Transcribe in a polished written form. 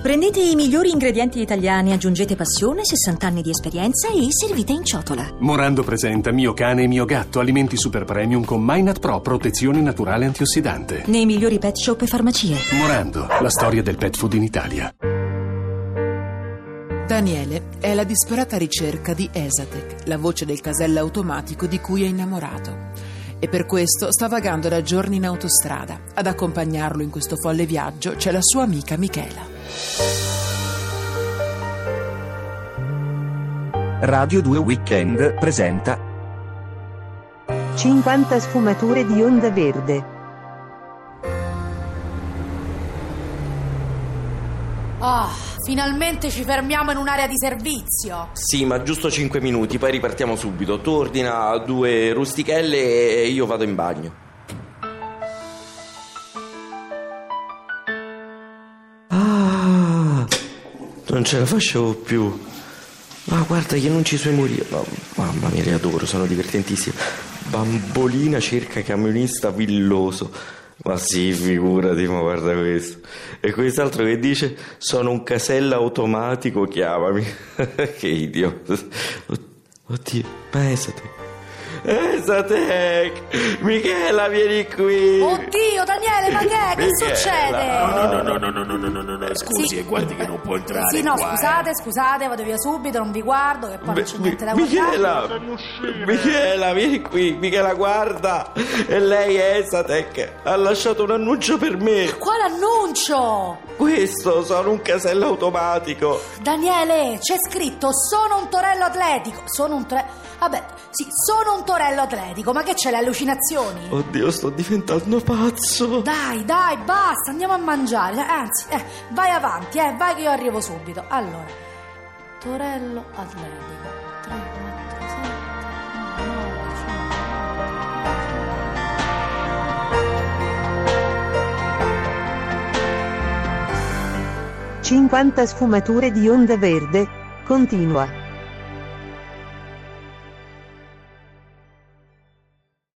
Prendete i migliori ingredienti italiani, aggiungete passione, 60 anni di esperienza e servite in ciotola. Morando presenta Mio cane e mio gatto, alimenti super premium con Minat Pro, protezione naturale antiossidante. Nei migliori pet shop e farmacie. Morando, la storia del pet food in Italia. Daniele è alla disperata ricerca di Esatec, la voce del casello automatico di cui è innamorato. E per questo sta vagando da giorni in autostrada. Ad accompagnarlo in questo folle viaggio c'è la sua amica Michela. Radio 2 Weekend presenta 50 sfumature di Onda Verde. Finalmente ci fermiamo in un'area di servizio. Sì, ma giusto 5 minuti, poi ripartiamo subito. Tu ordina 2 rustichelle e io vado in bagno. Non ce la facevo più. Ma guarda che non ci sono muri. No, mamma mia, le adoro, sono divertentissime. Bambolina cerca camionista villoso. Ma sì, figurati, ma guarda questo. E quest'altro che dice: sono un casello automatico, chiamami. Che idiota. Oddio, ma Esatec, Michela, vieni qui. Oddio, Daniele, ma che succede? No. Scusi, Sì. guardi che non può entrare. Sì, no, qua, scusate, vado via subito, non vi guardo, che poi non c'è niente da guardare. Michela, vieni qui. Michela, guarda. E lei è Esatec. Ha lasciato un annuncio per me. Quale annuncio? Questo, sono un casello automatico. Daniele, c'è scritto: sono un torello atletico. Sono un torello atletico. Ma che c'è, le allucinazioni? Oddio, sto diventando pazzo. Dai, basta, andiamo a mangiare. Anzi, vai avanti, vai che io arrivo subito. Allora, torello atletico 3, 4, 7, 9, 50 sfumature di Onda Verde, continua.